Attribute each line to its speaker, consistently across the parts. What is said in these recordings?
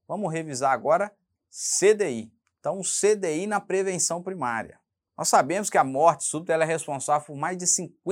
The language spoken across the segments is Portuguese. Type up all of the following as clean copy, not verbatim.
Speaker 1: Vamos revisar agora CDI. Então, CDI na prevenção primária. Nós sabemos que a morte súbita ela é responsável por mais de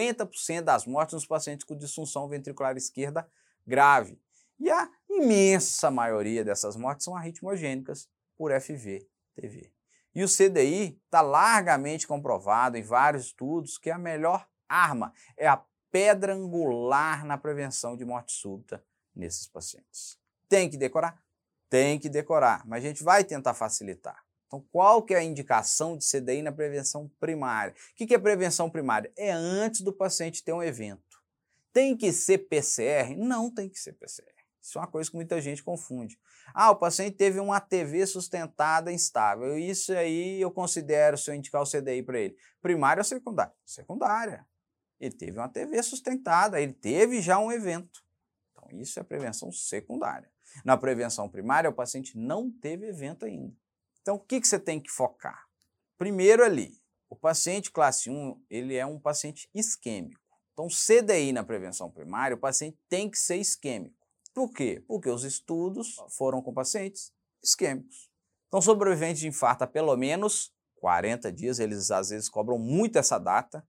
Speaker 1: 50% das mortes nos pacientes com disfunção ventricular esquerda grave. E a imensa maioria dessas mortes são arritmogênicas por FV-TV. E o CDI está largamente comprovado em vários estudos que a melhor arma é a pedra angular na prevenção de morte súbita nesses pacientes. Tem que decorar? Tem que decorar, mas a gente vai tentar facilitar. Então, qual que é a indicação de CDI na prevenção primária? O que é prevenção primária? É antes do paciente ter um evento. Tem que ser PCR? Não tem que ser PCR. Isso é uma coisa que muita gente confunde. Ah, o paciente teve uma ATV sustentada instável. Isso aí eu considero, se eu indicar o CDI para ele, primária ou secundária? Secundária. Ele teve uma ATV sustentada, ele teve já um evento. Então, isso é prevenção secundária. Na prevenção primária, o paciente não teve evento ainda. Então, o que você tem que focar? Primeiro ali, o paciente classe 1, ele é um paciente isquêmico. Então, CDI na prevenção primária, o paciente tem que ser isquêmico. Por quê? Porque os estudos foram com pacientes isquêmicos. Então, sobreviventes de infarto há pelo menos 40 dias, eles às vezes cobram muito essa data,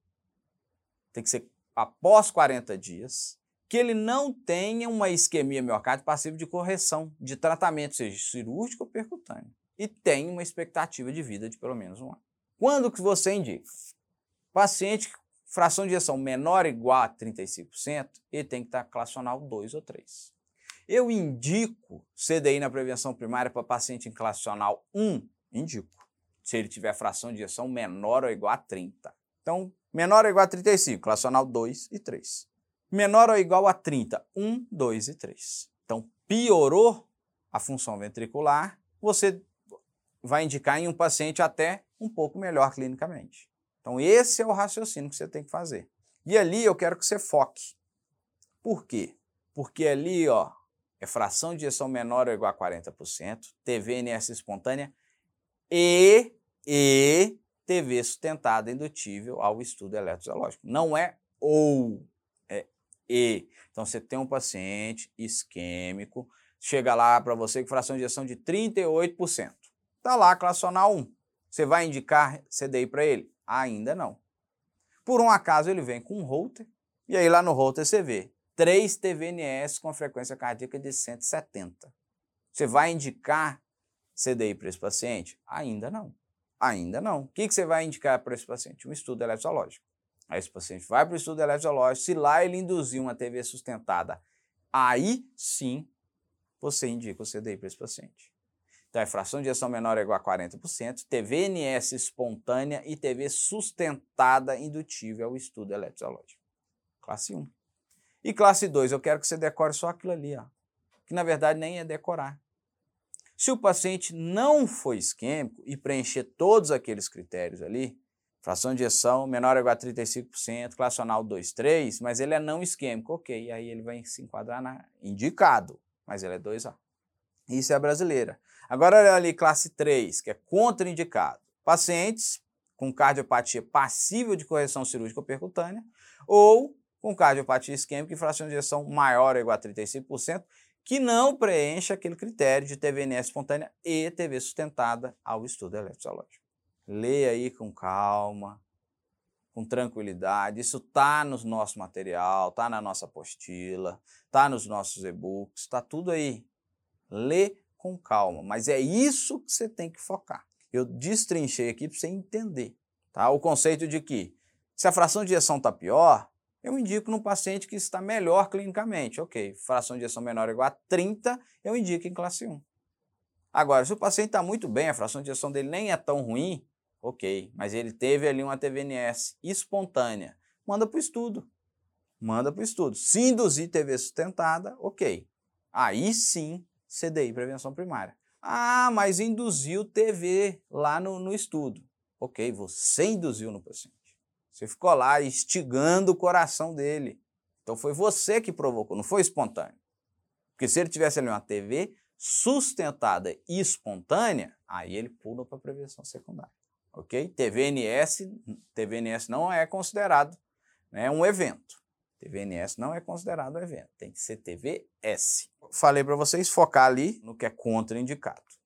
Speaker 1: tem que ser após 40 dias, que ele não tenha uma isquemia miocárdica passiva de correção, de tratamento, seja cirúrgico ou percutâneo, e tenha uma expectativa de vida de pelo menos 1 ano. Quando que você indica? Paciente fração de ejeção menor ou igual a 35%, ele tem que estar classicional 2 ou 3. Eu indico CDI na prevenção primária para paciente em classicional 1, indico, se ele tiver fração de ejeção menor ou igual a 30. Então, menor ou igual a 35, classicional 2 e 3. Menor ou igual a 30, 1, 2 e 3. Então, piorou a função ventricular, você vai indicar em um paciente até um pouco melhor clinicamente. Então, esse é o raciocínio que você tem que fazer. E ali eu quero que você foque. Por quê? Porque ali, ó, é fração de ejeção menor ou igual a 40%, TVNS espontânea e TV sustentada indutível ao estudo eletrozoológico. Não é ou, é e. Então, você tem um paciente isquêmico, chega lá para você com fração de ejeção de 38%. Está lá, classicional 1. Você vai indicar CDI para ele? Ainda não. Por um acaso, ele vem com um Holter, e aí lá no Holter você vê 3 TVNS com frequência cardíaca de 170. Você vai indicar CDI para esse paciente? Ainda não. Ainda não. O que você vai indicar para esse paciente? Um estudo eletrozoológico. Aí esse paciente vai para o estudo eletrozoológico, se lá ele induzir uma TV sustentada, aí sim você indica o CDI para esse paciente. Então, é fração de ejeção menor ou igual a 40%, TVNS espontânea e TV sustentada indutível ao estudo eletrozoológico. Classe 1. E classe 2, eu quero que você decore só aquilo ali, ó, que na verdade nem é decorar. Se o paciente não for isquêmico e preencher todos aqueles critérios ali, fração de ejeção menor ou igual a 35%, classicional 2, 3, mas ele é não isquêmico, ok, aí ele vai se enquadrar na indicado, mas ele é 2A. Isso é a brasileira. Agora olha ali classe 3, que é contraindicado. Pacientes com cardiopatia passível de correção cirúrgica ou percutânea ou com cardiopatia isquêmica e fração de ejeção maior ou igual a 35%, que não preenche aquele critério de TVNS espontânea e TV sustentada ao estudo eletrozoológico. Leia aí com calma, com tranquilidade. Isso está no nosso material, está na nossa apostila, está nos nossos e-books, está tudo aí. Lê com calma, mas é isso que você tem que focar. Eu destrinchei aqui para você entender, tá? O conceito de que se a fração de ejeção está pior, eu indico no paciente que está melhor clinicamente. Ok, fração de ejeção menor ou igual a 30, eu indico em classe 1. Agora, se o paciente está muito bem, a fração de ejeção dele nem é tão ruim, ok, mas ele teve ali uma TVNS espontânea, manda para o estudo. Manda para o estudo. Se induzir TV sustentada, ok. Aí sim, CDI, prevenção primária. Ah, mas induziu TV lá no estudo. Ok, você induziu no paciente. Você ficou lá instigando o coração dele. Então foi você que provocou, não foi espontâneo. Porque se ele tivesse ali uma TV sustentada e espontânea, aí ele pula para a prevenção secundária. Ok? TVNS não é considerado, né, um evento. TVNS não é considerado um evento, tem que ser TVS. Falei para vocês focar ali no que é contraindicado.